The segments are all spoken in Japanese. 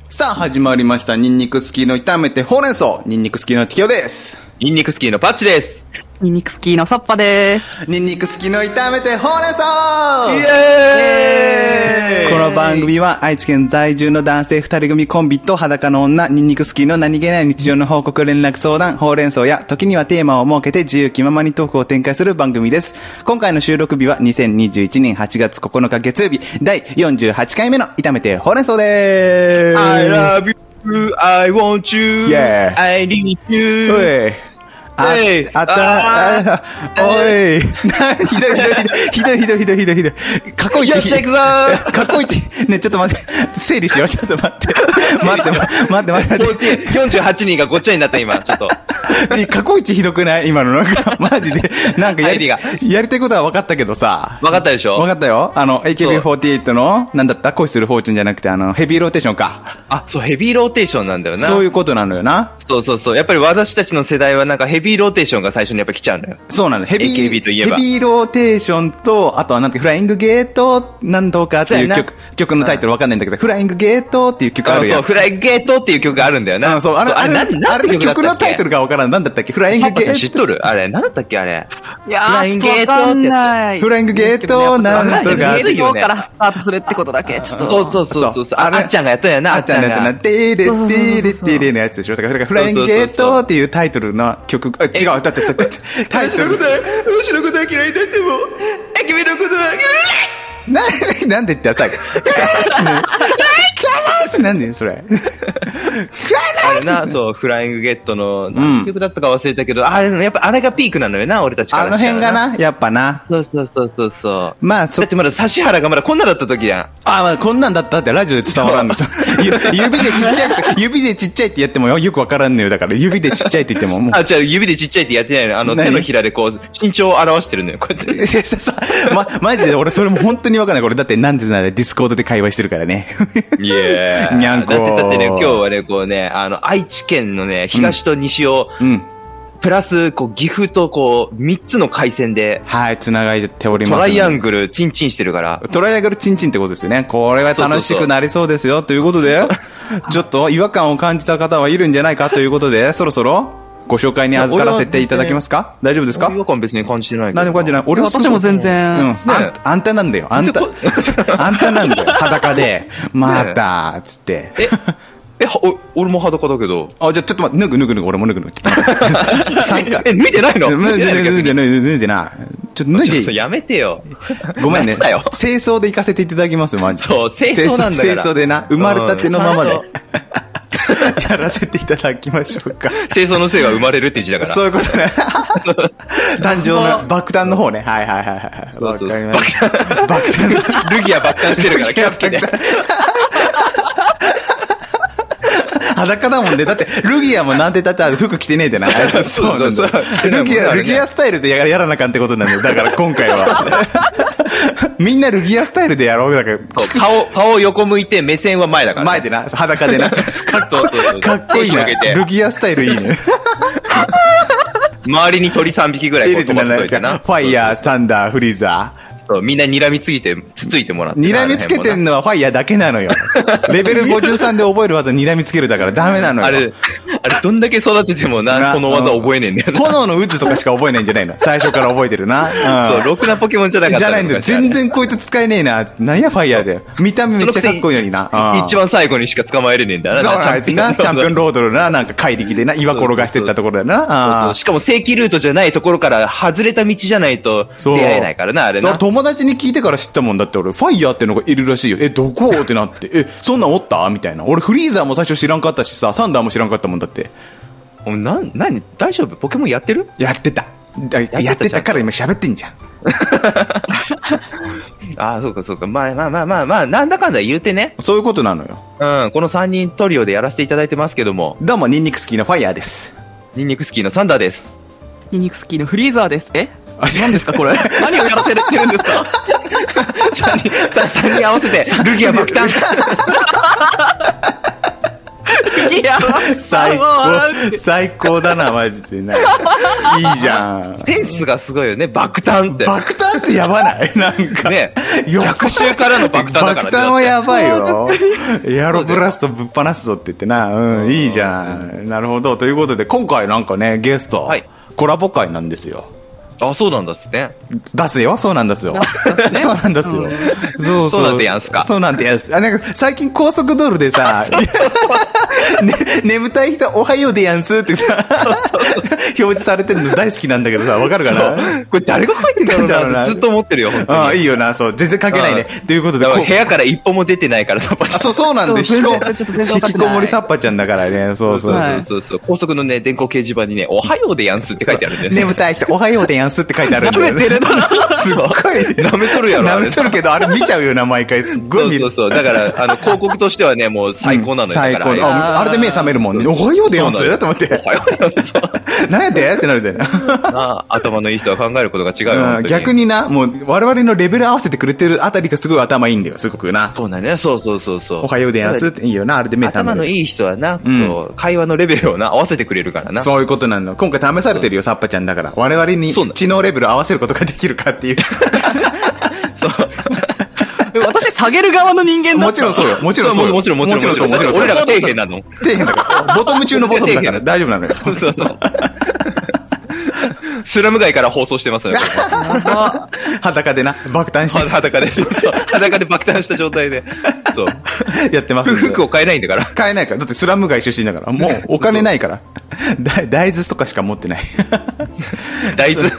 さあ始まりました。ニンニクスキーの炒めてほうれん草。ニンニクスキーのティキョです。 ニンニクスキーのパッチです。 ニンニクスキーのサッパです。 ニンニクスキーの炒めてほうれん草。 イエーイ。 この番組は愛知県在住の男性二人組コンビと裸の女、ニンニクスキーの何気ない日常の報告連絡相談、ほうれん草や時にはテーマを設けて自由気ままにトークを展開する番組です。今回の収録日は2021年8月9日月曜日、第48回目の炒めてほうれん草でーす。 I love you, I want you, Yeah. I need you. おい。おい。ひどい。過去一。 よっしゃ行くぞー。 過去一。ね、ちょっと待って。整理しよう。ちょっと待って。待って。 48人がごっちゃになった今、ちょっと。 過去一ひどくない今のなんか、マジで。なんかやりたいことは分かったけどさ。 分かったでしょ？ 分かったよ。AKB48 の、なんだった恋するフォーチュンじゃなくて、ヘビーローテーションか。 あ、そう、ヘビーローテーションなんだよな。 そういうことなのよな。 そう。やっぱり私たちの世代はなんかヘビーローテーションが最初にやっぱ来ちゃうのよ。 そうなの。 AKB といえば。 ヘビーローテーションと、あとはなんてフライングゲートなんとかっていう曲のタイトルわかんないんだけど、フライングゲートっていう曲あるやん。 そう、フライングゲートっていう曲があるんだよな。 そう、あれ曲のタイトルがわからん。なんだったっけ？フライングゲート。 知っとる？あれ、なんだったっけあれ。 いやー、ちょっとわかんない。 フライングゲートなんとか。 月曜からスタートするってことだけ。ちょっと。 そう。あっちゃんがやったんやな、 あっちゃんのやつな。テーレのやつでしょ。だからフライングゲートっていうタイトルの曲、違う、タイトル。 私のことは嫌いだっても、君のことは嫌いなんでって最後。なんでそれ。 あれな、そう、フライングゲットの、何曲だったか忘れたけど、やっぱあれがピークなのよな、俺たちから。 あの辺がな、やっぱな。 そう。 まあ、 だってまだ指原がまだこんなだった時やん。 まあ、こんなんだったってラジオで伝わらんの。指でちっちゃいってやってもよくわからんのよ。だから指でちっちゃいって言ってももう。 じゃあ指でちっちゃいってやってないの。手のひらでこう、身長を表してるのよ、こうやって。 マジで俺それも本当にわかんない。これだってなんでならディスコードで会話してるからね。 いやー。 にゃんこだってね、今日はね、こうね、愛知県のね、東と西を、プラス、こう、岐阜とこう、3つの回線で、 はい、繋がっております。 トライアングル、チンチンしてるから。 トライアングルチンチンってことですよね。これは楽しくなりそうですよ。ということで、ちょっと違和感を感じた方はいるんじゃないかということで、そろそろ、ご紹介に預からせていただけますか？大丈夫ですか？ 違和感別に感じてないけど。 何も感じない。 私も全然。 あんたなんだよ。あんたなんだよ。裸で、また、つって。 俺も裸だけど。 じゃあちょっと待って、脱ぐ、俺も脱ぐ。 脱いでないの？ 脱いでない。ちょっと脱いで。 やめてよ。 ごめんね。清掃で行かせていただきます、マジで。 そう、清掃なんだから。 清掃でな、生まれたてのままで。やらせていただきましょうか。 清掃のせいが生まれるって字だから。 そういうことね。誕生の爆弾の方ね。はい。わかりました。爆弾。 ルギア爆弾してるから気をつけて。 裸だもんね。だって、ルギアもなんてだって服着てねえでな。そうなんだ。ルギアスタイルでやらなあかんってことなんだよ。だから今回は。みんなルギアスタイルでやろう。だから。 顔横向いて目線は前だから。 前でな。裸でな。かっこいいな。ルギアスタイルいいね。 周りに鳥3匹ぐらい飛ばせといてな。 ファイヤー、サンダー、フリーザー。 みんな睨みついてもらって。 睨みつけてんのはファイヤーだけなのよ。レベル53で覚える技睨みつけるだからダメなのよ。 あれどんだけ育ててもこの技覚えねえんだよな。 炎の渦とかしか覚えないんじゃないの。最初から覚えてるな。 そう、ろくなポケモンじゃなかった。 じゃないんだよ。全然こいつ使えねえな。なんやファイヤーで。見た目めっちゃかっこいいのにな。 一番最後にしか捕まえれねえんだな。 そうなんですな。チャンピオンロードのな、なんか怪力でな、岩転がしてったところだな。 しかも正規ルートじゃないところから外れた道じゃないと出会えないからな、あれな。 友達に聞いてから知ったもんだって俺、ファイヤーってのがいるらしいよ。どこってなって。そんなんおったみたいな。俺フリーザーも最初知らんかったしさ、サンダーも知らんかったもんだって。 何大丈夫？ポケモンやってる？ やってたから今喋ってんじゃん。 そうか。まあ、なんだかんだ言うてね。 そういうことなのよ。 この3人トリオでやらせていただいてますけども。 どうも、ニンニクスキーのファイヤーです。 ニンニクスキーのサンダーです。 ニンニクスキーのフリーザーです。何ですかこれ？何をやらせてるんですか ？3人合わせて、ルギア爆弾。 最高だな、マジで。いいじゃん。 センスがすごいよね、爆誕って。 爆誕ってやばないなんか。 ね。逆襲からの爆誕だからね。 爆誕はやばいよ。エアロブラストぶっ放すぞって言ってな。いいじゃん。なるほど。ということで、今回なんかね、ゲスト、コラボ会なんですよ。 あ、そうなんですね。 出すよ、そうなんですよ。そうなんですよ。 そうなんでやんすか。 そうなんでやんす。なんか最近高速道路でさ、眠たい人おはようでやんすってさ、表示されてるの大好きなんだけどさ、わかるかな？ これ誰が書いてんだろうなってずっと思ってるよ、本当に。 いいよな、そう、全然関係ないね。ということで、 部屋から一歩も出てないから、サッパちゃん。 そうなんで、引きこもりサッパちゃんだからね、そう。 高速のね、電光掲示板にね、おはようでやんすって書いてあるんだよね。 眠たい人おはようでやんすって書いてあるんだよね。 舐めてるな。 すっごい。 舐めとるやろ。 舐めとるけど、あれ見ちゃうよな、毎回。すっごい見る。 そう。だから、広告としてはね、もう最高なのよ。 最高。あれで目覚めるもんね。おはようでやんすと思って。 おはようでやんす。 何やってってなるんだよな。頭のいい人は考えることが違うよ。 逆にな、もう我々のレベル合わせてくれてるあたりがすごい頭いいんだよ、すごくな。 そうだね。そう。 おはようでやんすっていいよな、あれで目覚める。 頭のいい人はな、会話のレベルをな、合わせてくれるからな。 そういうことなの。今回試されてるよ、サッパちゃんだから。我々に知能レベル合わせることができるかっていう。 そう。 私、下げる側の人間だった。 もちろんそうよ。もちろんそう。 俺らが底辺なの。 底辺だから。ボトム中のボトムだから大丈夫なのよ。そう。 スラム街から放送してますよ。 裸でな、爆誕して。 裸で爆誕した状態で。そう。 やってます。 服を買えないんだから。 買えないから。だってスラム街出身だから。もうお金ないから。大豆とかしか持ってない。大豆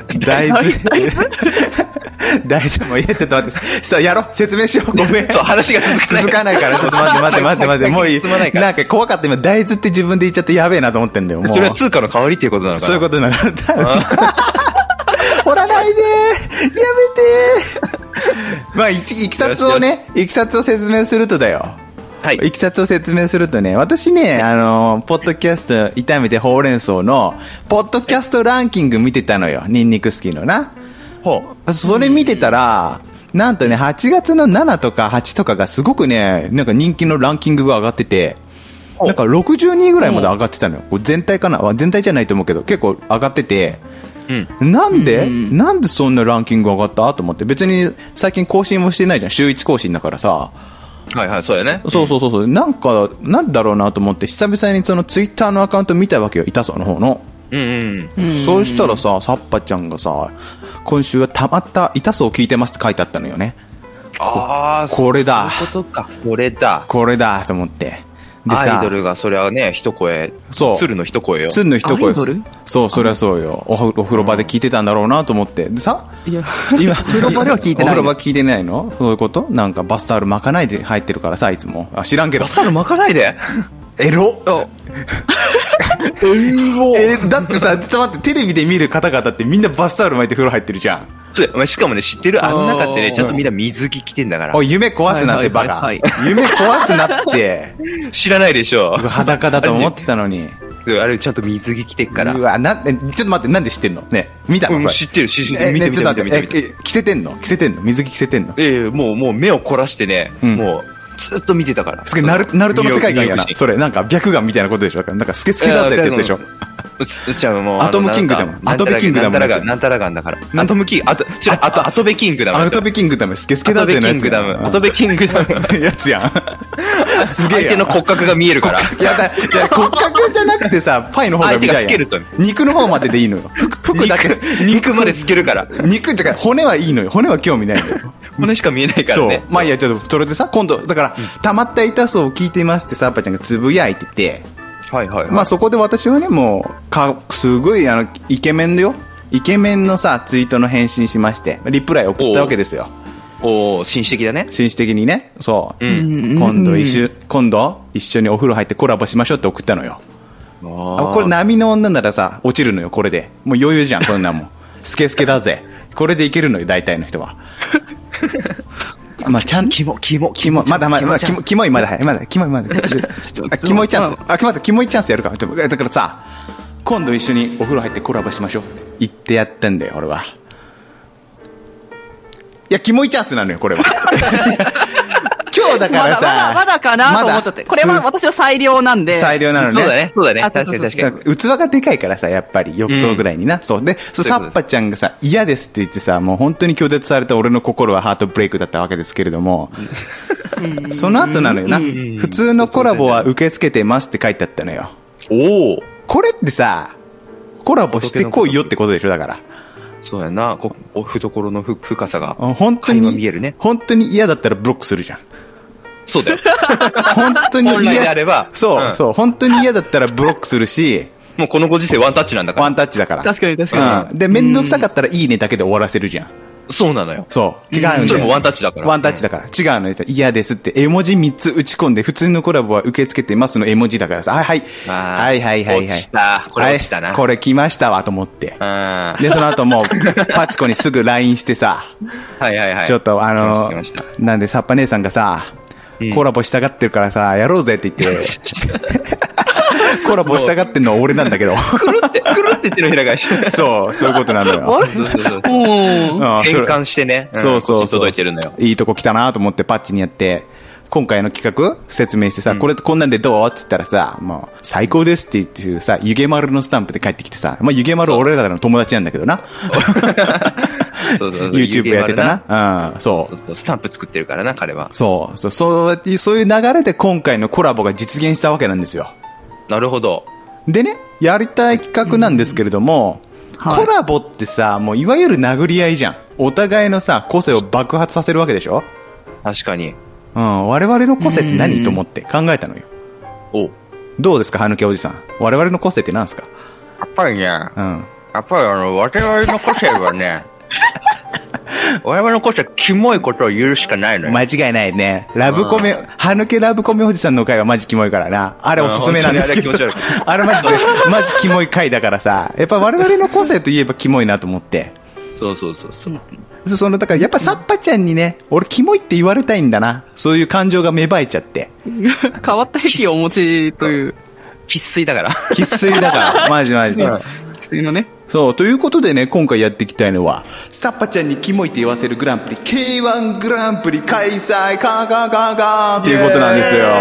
もいや、ちょっと待って。さあ、やろう。説明しよう。ごめん。 そう、話が続かないから。ちょっと待って。もういい。なんか怖かった。今、大豆って自分で言っちゃってやべえなと思ってんだよ。 それは通貨の代わりっていうことなのかな？ そういうことなの。掘らないでやめてまあ、いきさつを説明するとだよ。はい。いきさつを説明するとね、私ね、ポッドキャスト、炒めてほうれん草の、ポッドキャストランキング見てたのよ。ニンニク好きのな。それ見てたら、なんとね、8月の7とか8とかがすごくね、なんか人気のランキングが上がってて、なんか62位ぐらいまで上がってたのよ。全体かな？全体じゃないと思うけど、結構上がってて、なんでそんなランキング上がったと思って、別に最近更新もしてないじゃん。週1更新だからさ。 はい、そうやね。 そう。なんだろうなと思って、久々にそのツイッターのアカウント見たわけよ。痛そうの方の。そうしたらさ、サッパちゃんがさ、今週はたまった痛そう聞いてますって書いてあったのよね。これだ。 そういうことか。これだと思って。 でさ、アイドルがそれはね、一声。そう。鶴の一声よ。 鶴の一声。そう、そりゃそうよ。お風呂場で聞いてたんだろうなと思って。でさ、今、 お風呂場では聞いてない。 お風呂場聞いてないの？そういうこと？なんかバスタオル巻かないで入ってるからさ、いつも。知らんけど。 バスタオル巻かないで？ エロだってさ、ちょっと待って、テレビで見る方々ってみんなバスタオル巻いて風呂入ってるじゃん。 しかもね、知ってる？あの中ってね、ちゃんとみんな水着着てんだから。 夢壊すなってバカ。夢壊すなって。 知らないでしょ。 裸だと思ってたのに。 あれちゃんと水着着てっから。 うわ、ちょっと待って、なんで知ってんのね。見たの？ 知ってる、見て。 着せてんの？水着着せてんの？ もう目を凝らしてね、もう、ずっと見てたから。 すげえ、ナルトの世界観やな。それ、なんか、白眼みたいなことでしょ。なんか、スケスケだったやつでしょ。アトムキングダム。アトベキングダム。 なんたらガンだから。アトムキング、アトベキングダム。 アトベキングダム、スケスケだったやつ。 アトベキングダム。 やつやん。 すげえ。相手の骨格が見えるから。 やだ、じゃあ骨格じゃなくてさ、パイの方が見たいやん。肉の方まででいいのよ。服だけ。 肉まで透けるから。 肉じゃ骨はいいのよ。骨は興味ないのよ。 骨しか見えないからね。 そう。まあいいや、ちょっと、それでさ、今度、だから、溜まった痛そうを聞いてますってさ、アッパちゃんがつぶやいてて、まあそこで私はね、もう、すごい、イケメンだよ。イケメンのさ、ツイートの返信しまして、リプライ送ったわけですよ。 紳士的だね。 紳士的にね。そう。今度一緒にお風呂入ってコラボしましょうって送ったのよ。これ波の女ならさ、落ちるのよ、これで。もう余裕じゃん、こんなもん。スケスケだぜ。これでいけるのよ、大体の人は。まあ、ちゃん、キモい、キモい、まだ、キモいまだ。キモいチャンス。キモいチャンスやるか。だからさ、今度一緒にお風呂入ってコラボしましょうって言ってやったんだよ、俺は。いや、キモいチャンスなのよ、これは。今そうだからさ。 まだかなと思っちゃって。これは私は最良なんで。 最良なのね。 そうだね。 あ確かに。 器がでかいからさ、やっぱり、浴槽ぐらいにな。そう。で、サッパちゃんがさ、嫌ですって言ってさ、もう本当に拒絶された俺の心はハートブレイクだったわけですけれども、その後なのよな。普通のコラボは受け付けてますって書いてあったのよ。 おお。 これってさ、コラボしてこいよってことでしょ、だから。 そうやな。懐の深さが。 本当に、 見えるね。 本当に嫌だったらブロックするじゃん。 そうだよ。 本当に嫌であれば。 そう、本当に嫌だったらブロックするし、 もうこのご時世ワンタッチなんだから。 ワンタッチだから。 確かに。 で、めんどくさかったらいいねだけで終わらせるじゃん。 そうなのよ。 そう。違うんだよ。 それもワンタッチだから。 ワンタッチだから。違うのよ。嫌ですって。絵文字3つ打ち込んで、普通のコラボは受け付けてますの絵文字だからさ。はい。 落ちた。これ落ちたな。 これ来ましたわと思って。で、その後もう、パチコにすぐ LINE してさ。ちょっとなんで、サッパ姉さんがさ、コラボしたがってるからさ、やろうぜって言って、コラボしたがってんのは俺なんだけど。 くるって言ってる平返し。 そういうことなのよ。 変換してね。 そう。 届いてるのよ。 いいとこ来たなと思ってパッチにやって、今回の企画説明してさ、こんなんでどうって言ったらさ、もう、最高ですって言ってさ、湯気丸のスタンプで帰ってきてさ、湯気丸俺らの友達なんだけどな。YouTube やってたな。そう。 スタンプ作ってるからな、彼は。 そういう流れで今回のコラボが実現したわけなんですよ。 なるほど。 でね、やりたい企画なんですけれども、コラボってさ、もういわゆる殴り合いじゃん。お互いのさ、個性を爆発させるわけでしょ？ 確かに。 我々の個性って何と思って考えたのよ。どうですか、はぬけおじさん。我々の個性って何ですか？ やっぱりね、やっぱり我々の個性はね、我々の個性はキモいことを言うしかないのよ。 間違いないね。ラブコメ、はぬけラブコメおじさんの回はマジキモいからな。あれおすすめなんですけど。あれマジキモい回だからさ。やっぱ我々の個性といえばキモいなと思って。 そう。 だからやっぱサッパちゃんにね、俺キモいって言われたいんだな。そういう感情が芽生えちゃって。 変わった癖をお持ちという。 生粋だから。 生粋だから。マジ。 生粋のね。 そう、ということでね、今回やっていきたいのは、サッパちゃんにキモいって言わせるグランプリ、K1 グランプリ開催カーっていうことなん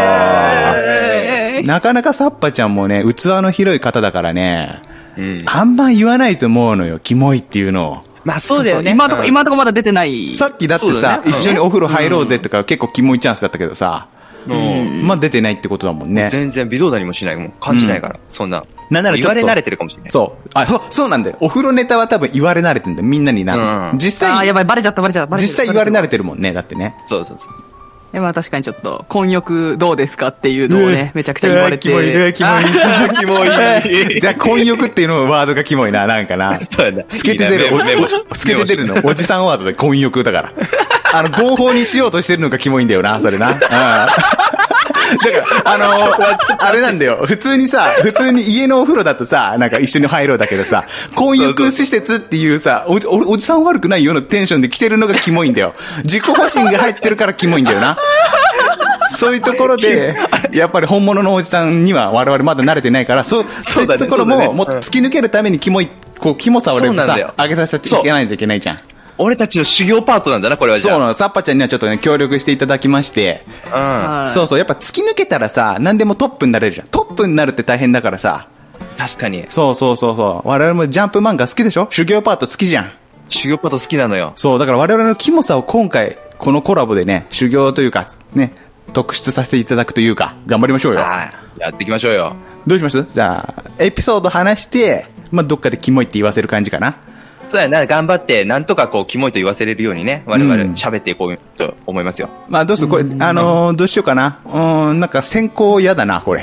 ですよ。なかなかサッパちゃんもね、器の広い方だからね、あんま言わないと思うのよ、キモいっていうのを。 まあそうだよね。 今のとこまだ出てない。 さっきだってさ、一緒にお風呂入ろうぜとか結構キモいチャンスだったけどさ、まあ出てないってことだもんね。 全然微動だにもしないもん。感じないから、そんな。 なんなら言われ慣れてるかもしれない。 そうなんだよ。お風呂ネタは多分言われ慣れてるんだよ。みんなにな。実際。 やばい、バレちゃった。 実際言われ慣れてるもんね。だってね。 そう。 まあ確かにちょっと、混浴どうですかっていうのをね、めちゃくちゃ言われて。 キモい。じゃあ混浴っていうのワードがキモいな、なんかな。 そうだ。 透けて出るの。おじさんワードで混浴だから。合法にしようとしてるのがキモいんだよな、それな。だから、あれなんだよ。普通に家のお風呂だとさ、なんか一緒に入ろうだけどさ、混浴施設っていうさ、おじさん悪くないようなテンションで来てるのがキモいんだよ。自己保身が入ってるからキモいんだよな。そういうところで、やっぱり本物のおじさんには我々まだ慣れてないから、そういうところももっと突き抜けるためにキモさを俺もさ、上げさせていけないといけないじゃん。 俺たちの修行パートなんだな、これはじゃあ。 そうなの。サッパちゃんにはちょっとね、協力していただきまして。そう。やっぱ突き抜けたらさ、何でもトップになれるじゃん。トップになるって大変だからさ。 確かに。 そう。我々もジャンプ漫画好きでしょ？修行パート好きじゃん。 修行パート好きなのよ。 そう、だから我々のキモさを今回、このコラボでね、修行というか、ね、特出させていただくというか、頑張りましょうよ。 やっていきましょうよ。 どうします？じゃあ、エピソード話して、どっかでキモいって言わせる感じかな。 そうやな、頑張って、なんとかキモいと言わせれるようにね、我々喋っていこうと思いますよ。 どうするこれ、どうしようかな。なんか先行嫌だな、これ。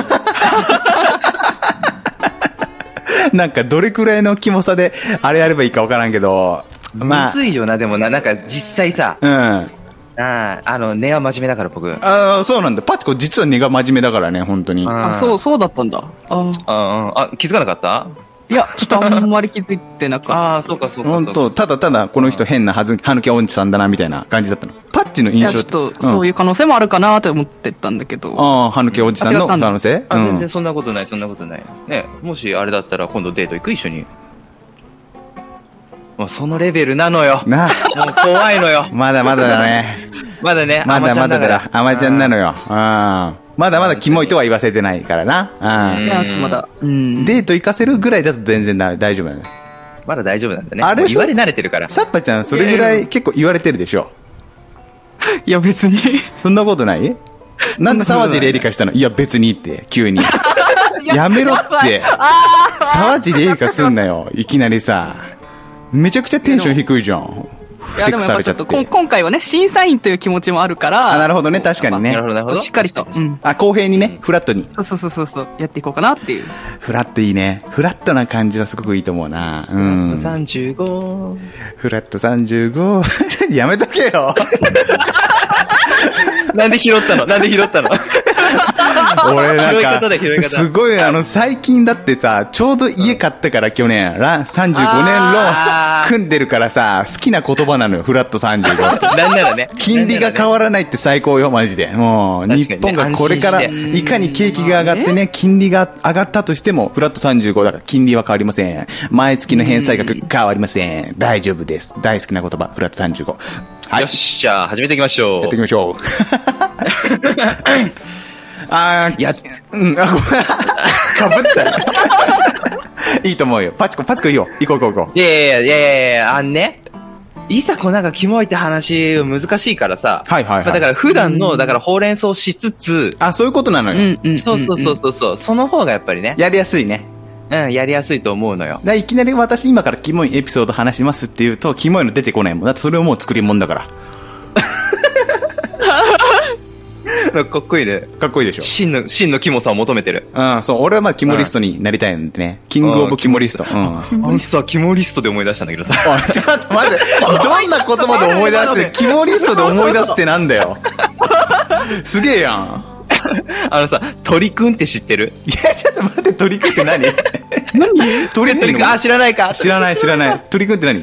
なんかどれくらいのキモさで、あれやればいいかわからんけど、 むずいよな、でもなんか実際さ、根は真面目だから僕。 そうなんだ。パチコ実は根が真面目だからね、本当に。 そうだったんだ。 気づかなかった？ いや、ちょっとあんまり気づいてなかった。 そうか。 本当ただこの人変なはぬけおんちさんだなみたいな感じだったの。パッチの印象。 ちょっとそういう可能性もあるかなと思ってたんだけど。 はぬけおじさんの可能性？ 全然そんなことない。ね、もしあれだったら今度デート行く？一緒に。もうそのレベルなのよ。もう怖いのよ。 まだまだだね。 まだね、 まだまだだよ。アマちゃんなのよ。まだまだキモいとは言わせてないからな。 いや、まだ。 デート行かせるぐらいだと全然大丈夫なの。 まだ大丈夫なんだね。 あれ言われ慣れてるから。 サッパちゃん、それぐらい結構言われてるでしょ。 いや、別に。 そんなことない？なんで沢尻エリカしたの？いや、別にって、急に。やめろって。沢尻エリカすんなよ。いきなりさ。めちゃくちゃテンション低いじゃん。ふてくされちゃって。 今回はね、審査員という気持ちもあるから。 なるほどね、確かにね。 なるほど。 しっかりと。 公平にね、フラットに。 そう、やっていこうかなっていう。 フラットいいね。フラットな感じはすごくいいと思うな。 35。 フラット35。やめとけよ。 なんで拾ったの俺なんか、すごい最近だってさ、ちょうど家買ったから去年、35年ローン組んでるからさ、好きな言葉なのよ、フラット35って。 なんならね。 金利が変わらないって最高よ、マジで。もう、日本がこれから、いかに景気が上がってね、金利が上がったとしても、フラット35だから金利は変わりません。毎月の返済額変わりません。大丈夫です。大好きな言葉、フラット35。はい。 よし、じゃあ始めていきましょう。 やっていきましょう。ごめん。かぶったよ。いいと思うよ。パチコいいよ。行こう。 いや、いざなんかキモいって話難しいからさ。 はい。 だから普段の、だからほうれん草しつつ。 そういうことなのよ。 そう。その方がやっぱりね。 やりやすいね。 やりやすいと思うのよ。 いきなり私今からキモいエピソード話しますって言うと、キモいの出てこないもん。だってそれをもう作り物だから。 かっこいいね。 かっこいいでしょ。 真のキモさを求めてる。 そう。俺はキモリストになりたいんでね。キングオブキモリスト。 さ、キモリストで思い出したんだけどさ。 ちょっと待って。どんな言葉で思い出して、キモリストで思い出すってなんだよ。すげえやん。 さ、鳥くんって知ってる？ いや、ちょっと待って、鳥くんって何？鳥くん知らないか？ 知らない。鳥くんって何？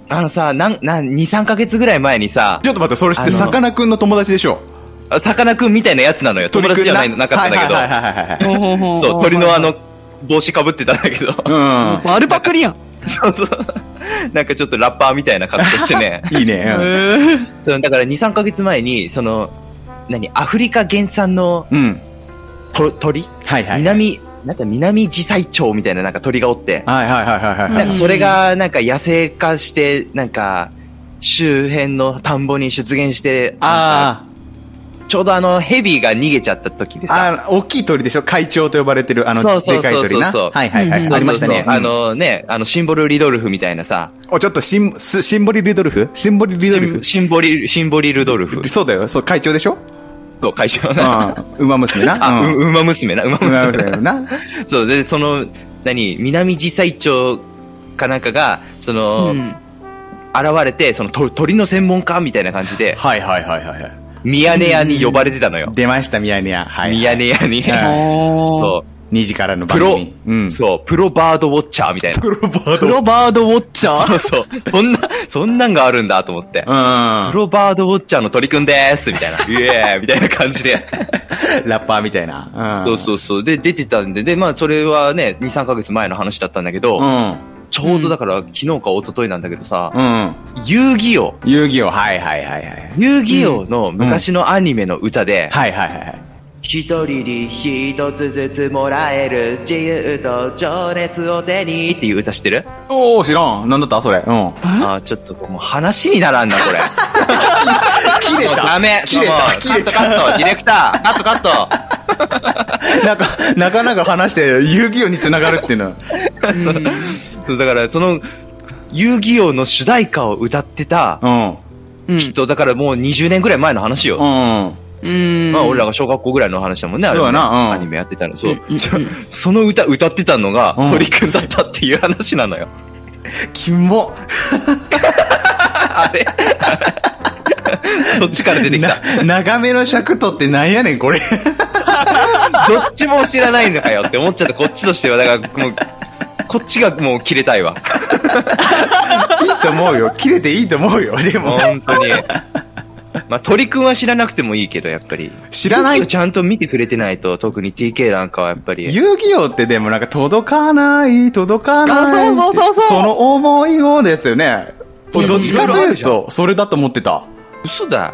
2、3ヶ月ぐらい前にさ。 ちょっと待って、それってさかなクンの友達でしょ？ さかなクンみたいなやつなのよ。友達じゃなかったんだけど。そう、鳥の帽子かぶってたんだけど。 アルパクリやん。 そう。なんかちょっとラッパーみたいな格好してね。 いいね。 だから2、3ヶ月前に、アフリカ原産の鳥？南ジサイチョウみたいな鳥がおって。それが野生化して、周辺の田んぼに出現して、ちょうどヘビが逃げちゃった時でさ。 大きい鳥でしょ？怪鳥と呼ばれてるでかい鳥な。はい。ありましたね。 シンボルリドルフみたいなさ。 ちょっとシンボリルドルフ。シンボリルドルフ。そうだよ。そう、怪鳥でしょ？ そう、怪鳥な。 馬娘な。 馬娘な。 な。 そう、で、南ジサイチョウかなんかが、現れて、鳥の専門家みたいな感じで。 はい。 ミヤネ屋に呼ばれてたのよ。 出ました、ミヤネ屋。 ミヤネ屋に。そう。 2時からの番組。 そう、プロバードウォッチャーみたいな。 プロバードウォッチャー？ そう。そんなんがあるんだと思って。プロバードウォッチャーの鳥くんでーすみたいな。イエーみたいな感じで。 ラッパーみたいな。 そう。で、出てたんで、それはね、2、3ヶ月前の話だったんだけど、ちょうどだから昨日か一昨日なんだけどさ、遊戯王。 はい。 遊戯王の昔のアニメの歌で、一人に一つずつもらえる自由と情熱を手にっていう歌知ってる？ 知らん。なんだったそれ。 ちょっともう話にならんな、これ。 切れた。 ダメ。 切れた。 カット、ディレクター、カット。 なかなか話して遊戯王につながるっていうのは。 だから、遊戯王の主題歌を歌ってた人、だからもう20年ぐらい前の話よ。俺らが小学校ぐらいの話だもんね、あれはね。アニメやってたの。そう。その歌ってたのが鳥くんだったっていう話なのよ。 キモ。 あれそっちから出てきた。 長めの尺取ってなんやねん、これ。 どっちも知らないのかよって思っちゃった、こっちとしては。だからもう、こっちがもう切れたいわ。 いいと思うよ。切れていいと思うよ。でも。 本当に。鳥くんは知らなくてもいいけど、やっぱり。 知らない。 ちゃんと見てくれてないと、特に TK なんかはやっぱり。 遊戯王ってでも届かない。 そう。 その思いをのやつよね。どっちかというと、それだと思ってた。 嘘だ。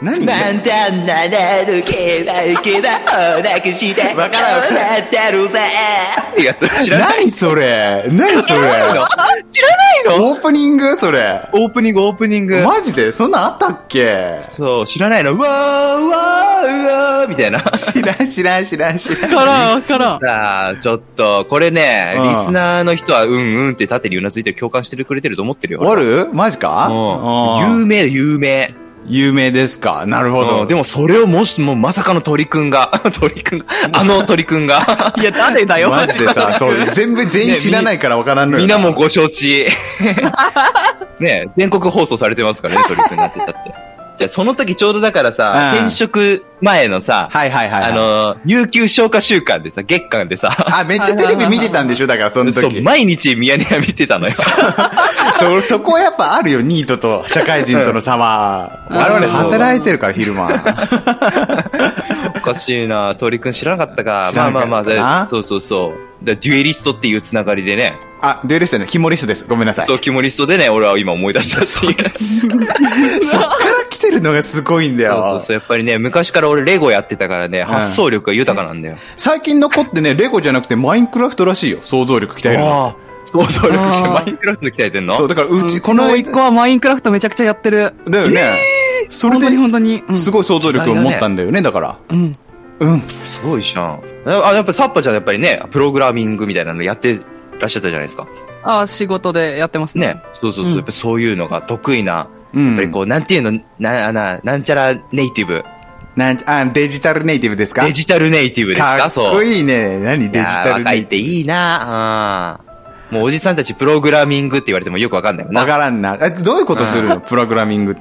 何満タンなれるけばいけばおなくしてわからんってるぜってやつ知らない？ 何それ知らないのオープニングそれ。 オープニング。 マジでそんなんあったっけ？ そう、知らないの。うわーうわーうわーみたいな。 知らん。 わからん。 さあ、ちょっと、これね、リスナーの人はうんって縦にうなずいて共感してくれてると思ってるよ。 ある？マジか？ 有名。 有名ですか？なるほど。 でもそれをもまさかの鳥くんが、あの鳥くんが。 いや、誰だよ。 マジでさ、そう、全員知らないからわからんのよ。 みんなもご承知。ね、全国放送されてますからね、鳥くんになってたって。じゃあ、その時ちょうどだからさ、転職前のさ、有給消化週間でさ、月間でさ、 めっちゃテレビ見てたんでしょ？だからその時。 そう、毎日ミヤネ屋見てたのよ。 そこはやっぱあるよ、ニートと社会人との差は。我々働いてるから、昼間。 おかしいな、鳥くん知らなかったか。まあ、そう。デュエリストっていうつながりでね。 デュエリストね、キモリストです。ごめんなさい。 そう、キモリストでね、俺は今思い出したし。そっから来てるのがすごいんだよ。 そう、やっぱりね、昔から俺レゴやってたからね、発想力が豊かなんだよ。 最近の子ってね、レゴじゃなくてマインクラフトらしいよ。想像力鍛えるの。 想像力マインクラフトで鍛えてんの？ そう、だからこの一個はマインクラフトめちゃくちゃやってる。 だよね。それで、 本当に。 すごい想像力を持ったんだよね、だから。 すごいじゃん。やっぱサッパちゃんやっぱりね、プログラミングみたいなのやってらっしゃったじゃないですか。 仕事でやってますね。 そう。やっぱそういうのが得意な。やっぱりこう、なんていうの、なんちゃらネイティブ。 デジタルネイティブですか？ デジタルネイティブですか？ かっこいいね。何デジタルネイティブ。 若いっていいな。もうおじさんたちプログラミングって言われてもよくわかんないもんな。 わからんな。どういうことするの？プログラミングって。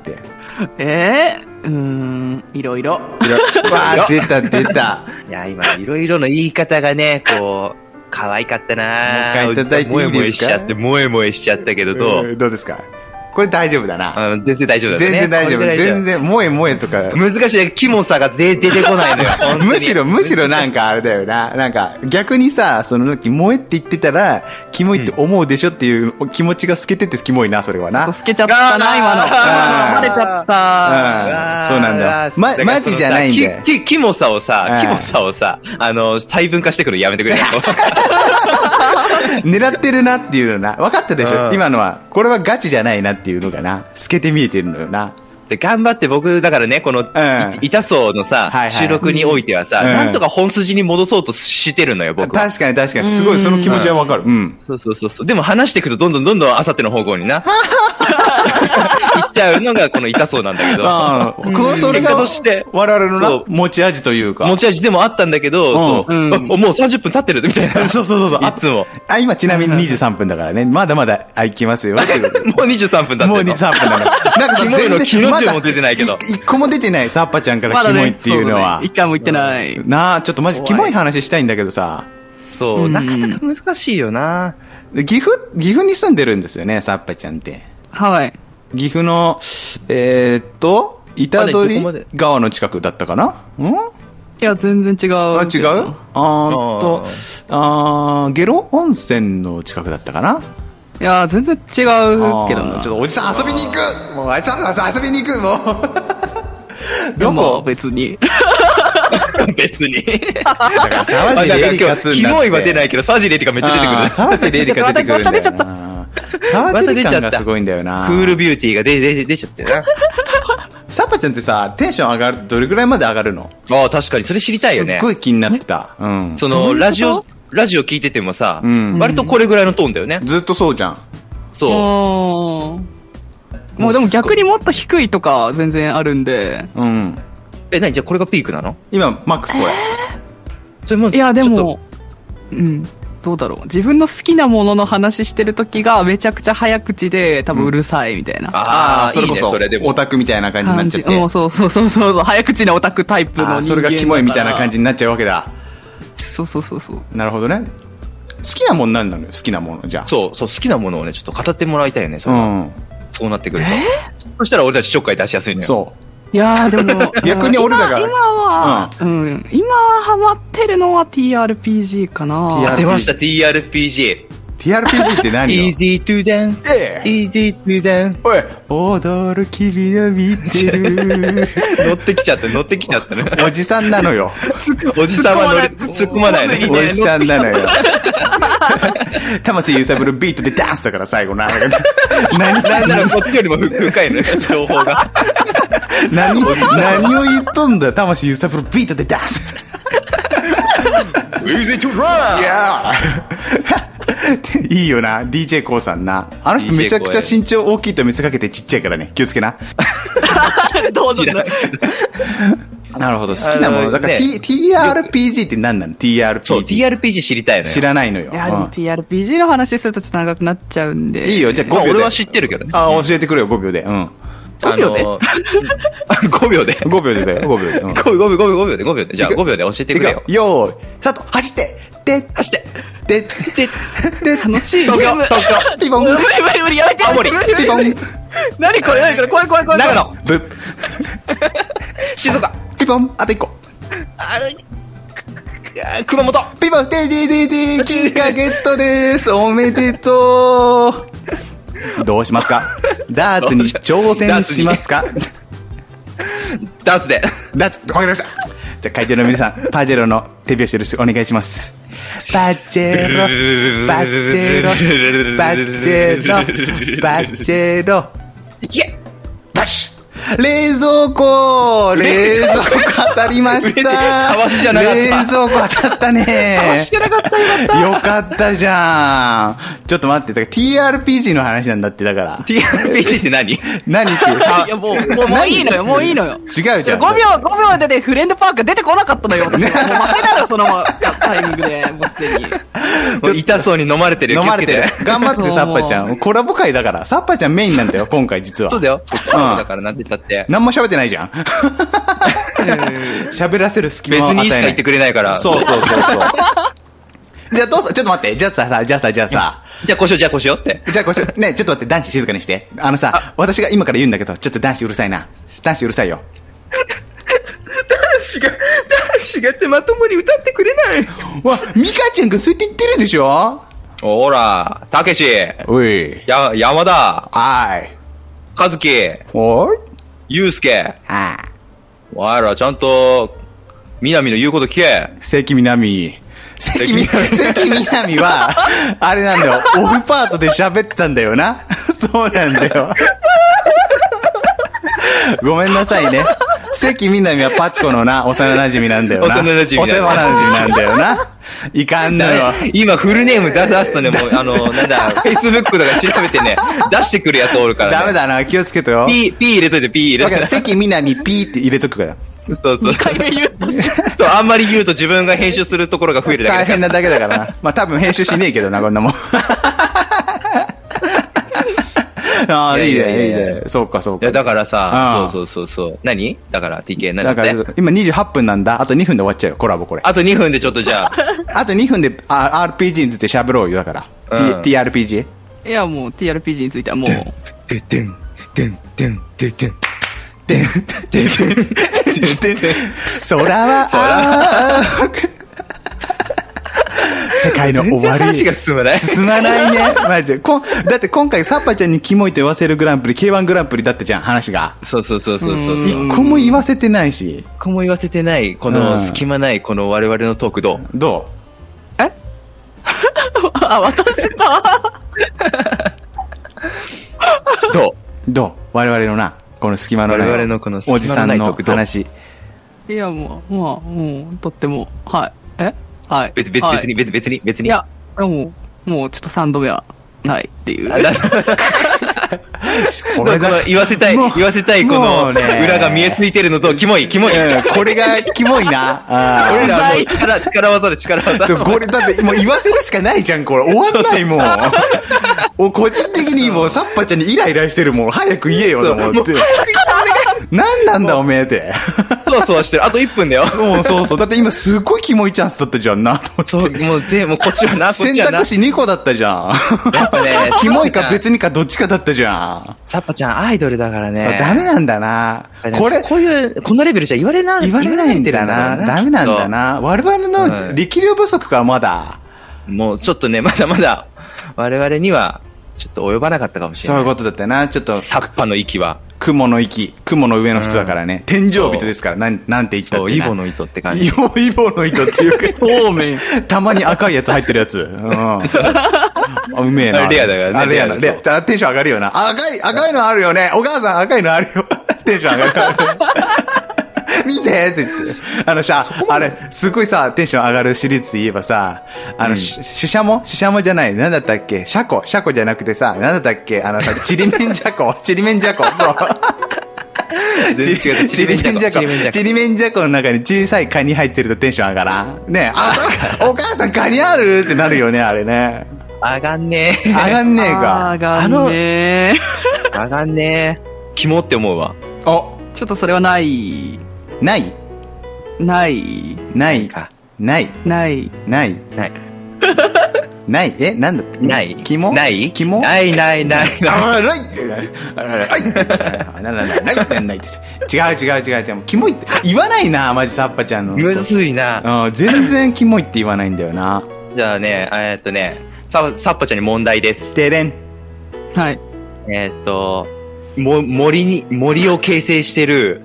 いろいろ。 出た。 いや、今、いろいろの言い方がね、こう、可愛かったな。 もう一回いただいていいですか？ 萌えしちゃったけど、どうですか？これ大丈夫だな。 全然大丈夫だね。 全然大丈夫。全然、萌えとか。 難しい。キモさが出てこないのよ。 むしろなんかあれだよな。なんか、逆にさ、その時、萌えって言ってたら、キモいって思うでしょっていう気持ちが透けててキモいな、それはな。 透けちゃったな、今の。バレちゃった。 そうなんだ。マジじゃないんだよ。 キモさをさ、細分化してくるのやめてくれ。 狙ってるなっていうのな。分かったでしょ？今のは。これはガチじゃないなっていうのがな。透けて見えてるのよな。 で、頑張って僕、だからね、この、痛そうのさ、収録においてはさ、なんとか本筋に戻そうとしてるのよ、僕は。 確かに。すごい、その気持ちはわかる。 そう。でも話していくと、どんどんあさっての方向にな。行っちゃうのが、この痛そうなんだけど。 それが、我々のな、持ち味というか。 持ち味でもあったんだけど、もう30分経ってるみたいな。 そう。 いつも。 今ちなみに23分だからね。まだまだ、行きますよ。もう 23分経ってる。 もう23分だから。なんかキモいの昨日中も出てないけど。 一個も出てない、サッパちゃんからキモいっていうのは。 一回も言ってない。 なあ、ちょっとマジキモい話したいんだけどさ。 そう、なかなか難しいよな。 岐阜に住んでるんですよね、サッパちゃんって。 はい。 岐阜の、板取川の近くだったかな？ いや、全然違う。 違う？下呂温泉の近くだったかな？ いや、全然違うけどな。 ちょっとおじさん遊びに行く！もう、あいつ遊びに行く！もう。 どこ？別に。 別に。 だから沢尻エリカすんだって。 キモいは出ないけど、沢尻エリカめっちゃ出てくる。 沢尻エリカ出てくるんだよな。沢尻感がすごいんだよな。 クールビューティーが出ちゃってな。 サッパちゃんってさ、テンション上がるとどれぐらいまで上がるの？ ああ、確かに。それ知りたいよね。 すっごい気になってた。 その、ラジオ聞いててもさ、割とこれぐらいのトーンだよね。 ずっとそうじゃん。 そう。 もうでも逆にもっと低いとか全然あるんで。 何じゃあこれがピークなの？ 今、マックスこれ。 それもいや、でも、どうだろう。自分の好きなものの話してる時がめちゃくちゃ早口で多分うるさいみたいな。 それこそ、オタクみたいな感じになっちゃって。 そう。早口なオタクタイプの人間。 それがキモいみたいな感じになっちゃうわけだ。 そう。 なるほどね。好きなもんなんなのよ、好きなもの、じゃあ。 そう、好きなものをね、ちょっと語ってもらいたいよね、それは。そうなってくると。そしたら俺たちちょっかい出しやすいのよ。 そう。 いやーでも、 逆に俺らが。 今はハマってるのは TRPG かな。 出ました、TRPG。 TRPG って何よ？ Easy to dance、Easy to dance。 おい、踊る君を見てる。 乗ってきちゃったね。 おじさんなのよ。 おじさんは突っ込まないね。 おじさんなのよ。魂揺さぶるビートでダンスだから最後な。 なんならこっちよりも深いのよ、情報が。 何を言っとんだよ、魂揺さぶるビートでダンス。 Easy to run! いいよな、DJ コウさんな。あの人めちゃくちゃ身長大きいと見せかけてちっちゃいからね。気をつけな。 どうぞ。 なるほど。好きなもの。だから、TRPG って何なの？ TRPG。 そう、TRPG 知りたいのよ。 知らないのよ。 いや、でも TRPG の話するとちょっと長くなっちゃうんで。 いいよ、じゃあ5秒で。 俺は知ってるけどね。 教えてくれよ、5秒で。うん。 5秒で 5秒で ?5 秒でだよ、5秒で。 5秒で。じゃあ5秒で教えてくれよ。 よーい、スタート、走って走って楽しいゲーム。 ピボン。 無理、やめて。 青森。 ピボン。 何これ、怖い。 長野。 ブッ。 静岡。 ピボン、あと1個。 熊本。 ピボン、金貨ゲットでーす。おめでとう。どうしますか？ダーツに挑戦しますか？ ダーツで。 ダーツ、わかりました。じゃあ会場の皆さん、パジェロの手拍子よろしくお願いします。パジェロ、 イエッパシュ冷蔵庫当たりました。 たわしじゃなかった。 冷蔵庫当たったね。 たわしじゃなかった。 よかったじゃん。ちょっと待って、だから TRPG の話なんだって、だから。 TRPG って何っていう。いや、もういいのよ。違うじゃん。 5秒でフレンドパーク出てこなかったのよ、私。もう負けだよ、そのタイミングで、もうすでに。 痛そうに飲まれてる。 頑張って、サッパちゃん。コラボ会だから。サッパちゃんメインなんだよ、今回実は。 そうだよ。だからなんて言ったって。 何も喋ってないじゃん。喋らせる隙間を与えない。 別にしか言ってくれないから。 そう。じゃあどうぞ、ちょっと待って。じゃあさ。じゃあこうしようって。 ね、ちょっと待って、男子静かにして。私が今から言うんだけど、ちょっと男子うるさいな。男子うるさいよ。 男子がってまともに歌ってくれない。 わ、ミカちゃんがそうやって言ってるでしょ？ ほら、たけし。 おい。 山田。 はい。 かずき。 おい。 ゆうすけ。 はい。 お前らちゃんと、南の言うこと聞け。 関南は、あれなんだよ。オフパートで喋ってたんだよな。そうなんだよ。ごめんなさいね。関南はパチコのな、幼馴染なんだよな。幼馴染なんだよな。いかんのよ。 今フルネーム出すとね、もうFacebook とか調べてね、出してくるやつおるからね。 ダメだな、気をつけとよ。 P 入れといて、P 入れといて。 関南 P って入れとくから。 そう。2回目言うと。そう、あんまり言うと自分が編集するところが増えるだけ大変なだけだからな。まあ多分編集しねえけどな、こんなもん。ああ、いいね。そうか。 いや、だからさ、そう。何だから TK 何だって今28分なんだ。あと2分で終わっちゃうよ、コラボこれ。 あと2分でちょっとじゃあ。 あと2分で RPG について喋ろうよ、だから。TRPG？ いや、もう TRPG についてはもう。 空は世界の終わり。 話が進まないね。マジで。だって今回サッパちゃんにキモいと言わせるグランプリ、K1 グランプリだったじゃん、話が。 そう。 一個も言わせてないし。 一個も言わせてない、この隙間ないこの我々のトークどうえ私はどう我々のな、この隙間のない。 我々のこのおじさんの話。 いや、もう、とっても、はい。はい。 別に。 いや、もうちょっと3度目はないっていう。 これが言わせたいこの裏が見えすぎてるのと、キモい。 これがキモいな。 俺らもう力技。 これだってもう言わせるしかないじゃん、これ。終わんないもん。個人的にもうサッパちゃんにイライラしてるもん。早く言えよと思って。何なんだおめえって。 そうしてる。あと1分だよ。 もうそう。だって今すごいキモいチャンスだったじゃんな、と思って。 もうこっちはな、 選択肢2個だったじゃん。 やっぱね、 キモいか別にかどっちかだったじゃん。 サッパちゃんアイドルだからね。 そう、ダメなんだな。このレベルじゃ言われないんだな。ダメなんだな。我々の力量不足か、まだ。 もうちょっとね、まだ我々には、ちょっと及ばなかったかもしれない。 そういうことだったな、ちょっと。 サッパの息は。 雲の息、雲の上の人だからね。天井人ですから、なんて言ったってな。 イボの糸って感じ。 イボの糸っていうか。 そうめん。 たまに赤いやつ入ってるやつ。うめえな。 レアだからね。 あれやな。レア。じゃあテンション上がるよな。赤いのあるよね。お母さん赤いのあるよ。テンション上がる。見てって言って。あれ、すごいさ、テンション上がるシリーズで言えばさ、シシャモじゃない。なんだったっけシャコじゃなくてさ、なんだったっけちりめんじゃこ。そう。ちりめんじゃこの中に小さいカニ入ってるとテンション上がらんねえ、お母さんカニあるってなるよね、あれね。 上がんねえ。上がんねえか。 上がんねえ。 上がんねえ。キモって思うわ。 お、ちょっとそれはない。 ないか。 ないえ、なんだってない。キモない。あー、ない。ないです違う。キモいって。言わないな、マジサッパちゃんの。 むずいな。 全然キモいって言わないんだよな。 じゃあね、サッパちゃんに問題です。 てれん。 はい。 森を形成してる。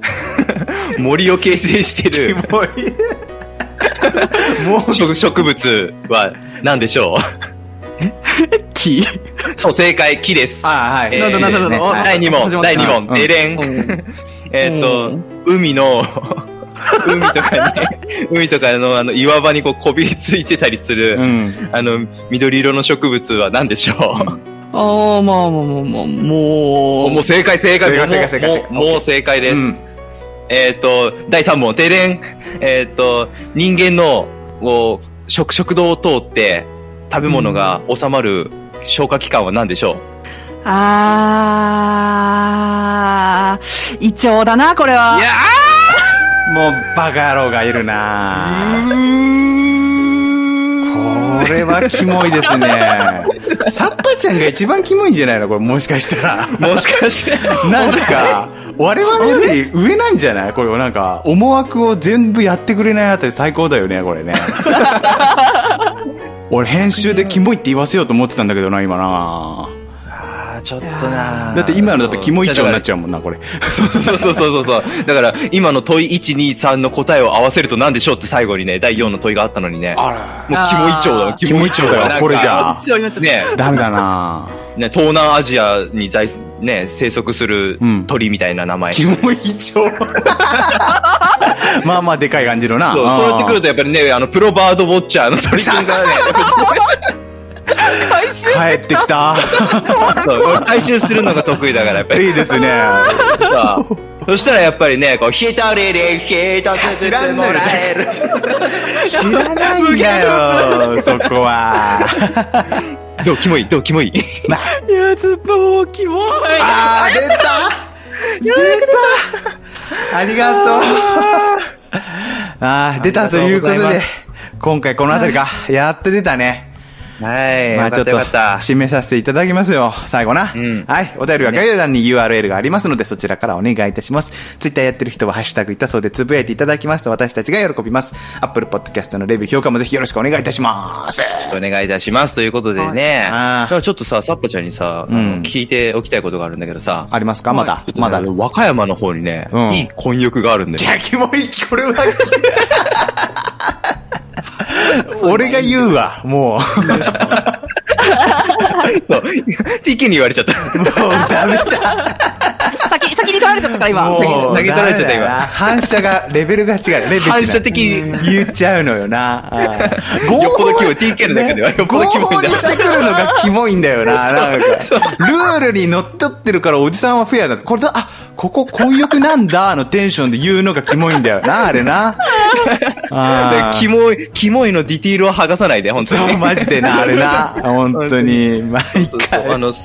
植物は何でしょう？ 木？ そう、正解、木です。 はい。第 2問。でれん。海とかの岩場にこびりついてたりする、緑色の植物は何でしょう？もう正解。もう正解です。第3問、てれん。人間の、食道を通って食べ物が収まる消化器官は何でしょう？ 胃腸だな、これは。 いやもうバカ野郎がいるな。これはキモいですね。サッパちゃんが一番キモいんじゃないのこれ、もしかしたら。なんか、我々より上なんじゃないこれ、なんか、思惑を全部やってくれないあたり最高だよね、これね。俺、編集でキモいって言わせようと思ってたんだけどな、今な。 ちょっとな。 だって今のだとキモ一丁になっちゃうもんな、これ。 そう。だから、今の問い1、2、3の答えを合わせると何でしょうって最後にね、第4の問いがあったのにね。もうキモ一丁だ。 キモ一丁だよ、これじゃあ。 ね、ダメだな。 ね、東南アジアに生息する鳥みたいな名前。 キモ一丁。まあでかい感じのな。 そうやってくるとやっぱりね、プロバードウォッチャーの鳥くんがね、 帰ってきた。 回収するのが得意だからやっぱり。 いいですね。 そしたらやっぱりね、一人で一つずつもらえる。 知らないんだよ、そこは。 どうキモいいや、ちょっともうキモい。 出たありがとう。出たということで、今回このあたりか、やっと出たね。 はい。 ちょっと、締めさせていただきますよ。最後な。はい。お便りは概要欄に URL がありますので、そちらからお願いいたします。ツイッターやってる人は、ハッシュタグいたそうでつぶやいていただきますと、私たちが喜びます。Apple Podcast のレビュー、評価もぜひよろしくお願いいたします。 お願いいたします。ということでね。ちょっとさ、サッパちゃんにさ、聞いておきたいことがあるんだけどさ。 ありますか？まだ。 和歌山の方にね、いい混浴があるんだよ。 いや、キモい、これは。俺が言うわ、もう。 そう。TK に言われちゃった。 もうダメだ。 先に取られちゃったから今。 投げ取られちゃった今。 反射が、レベルが違う。レベル反射的に言っちゃうのよな。 よっぽどキモい。TK の中ではよっぽどキモいんだよ。 合法にしてくるのがキモいんだよな。なんかルールにのっとってるからおじさんはフェアだ。これだ、ここ混浴なんだのテンションで言うのがキモいんだよな、あれな。 キモいのディティールを剥がさないで、本当に。 そう、マジでな、あれな。本当に。毎回。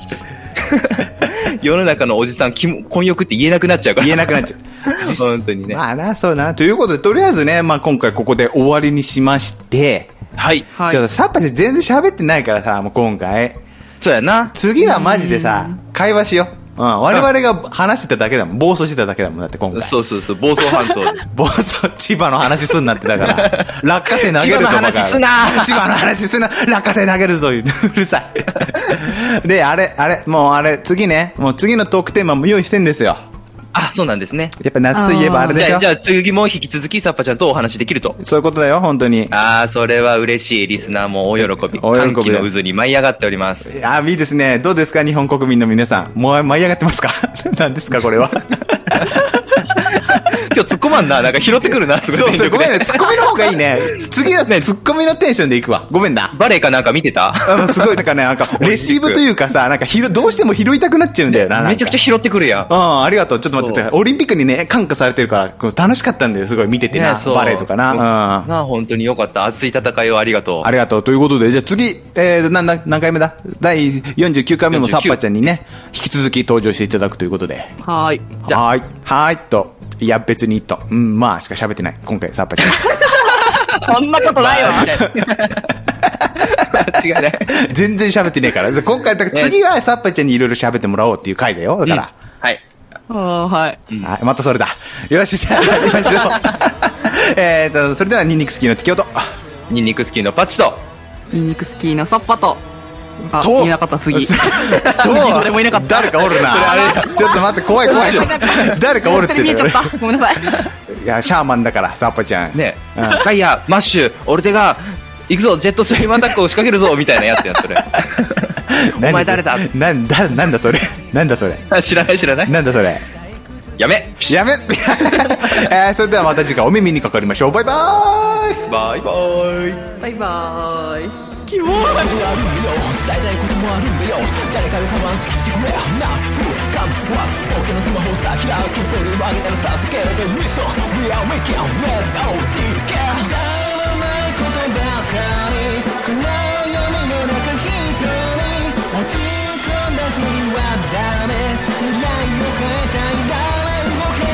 世の中のおじさん、混浴って言えなくなっちゃうから。 言えなくなっちゃう。 本当にね。 まあな、そうな。ということで、とりあえずね、今回ここで終わりにしまして、 はい。 ちょっとサッパで全然喋ってないからさ、もう今回。 そうやな。 次はマジでさ、会話しよう。 我々が話してただけだもん。暴走してただけだもん。だって今回。 そうそうそう、房総半島で。 暴走、千葉の話すんなってだから。落花生投げるぞ。 千葉の話すな千葉の話すな落花生投げるぞ。うるさい。で、もう次ね、もう次のトークテーマも用意してんですよ。 あ、そうなんですね。 やっぱ夏といえばあれでしょ。 じゃあ次も引き続きサッパちゃんとお話できると。 そういうことだよ、本当に。 それは嬉しい。リスナーも大喜び。歓喜の渦に舞い上がっております。 いや、いいですね。どうですか、日本国民の皆さん。もう舞い上がってますか？何ですか、これは。 今日突っ込まんな。なんか拾ってくるな。 そうそう、ごめんね。突っ込みの方がいいね。次はね、突っ込みのテンションでいくわ。ごめんな。 バレエかなんか見てた？ すごい、だからね、なんか、レシーブというかさ、なんかどうしても拾いたくなっちゃうんだよな。 めちゃくちゃ拾ってくるやん。 ありがとう。ちょっと待ってて。オリンピックにね、感化されてるから、楽しかったんだよ。すごい見ててな。バレエとかな。 本当によかった。熱い戦いをありがとう。 ありがとう。ということで、じゃあ次、何回目だ？第49回目もサッパちゃんにね、引き続き登場していただくということで。 はーい。 はーいと。いや、別にと。まあしか喋ってない。今回、サッパちゃん。そんなことないわ。 違いない。 全然喋ってねえから。今回、次はサッパちゃんにいろいろ喋ってもらおうっていう回だよ。だから。 はい。 はい。 またそれだ。よし、じゃあやりましょう。それでは、ニンニクスキーの適応と。 ニンニクスキーのパッチと。 ニンニクスキーのサッパと。いなかった次。 誰もいなかった。誰かおるな。ちょっと待って、怖い。誰かおるって。 見えちゃった。ごめんなさい。 いや、シャーマンだから、サッパちゃん。 ね。ガイア、マッシュ、オルテガ、行くぞ、ジェットスリーマンタックを仕掛けるぞ、みたいなやつや、それ。お前誰だ？ なんだそれ。 知らない。 なんだそれ。 やめ。 それではまた次回お耳にかかりましょう。バイバーイ。 バイバーイ。 バイバーイ。 希望があるんだよ。伝えたいこともあるんだよ。誰かが我慢してくれ。な、カムワス。僕のスマホをさ、開きボリューム上げたらさ、叫べる。So we are making a melody。くだらないことばかり。この闇の中一人。落ち込んだ日はダメ。未来を変えたいなら動け。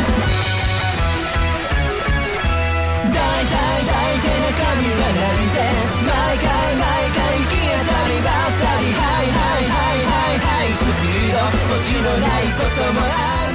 大体中身はなんて。毎回行き当たりばったり。はいスピード落ちのないこともある。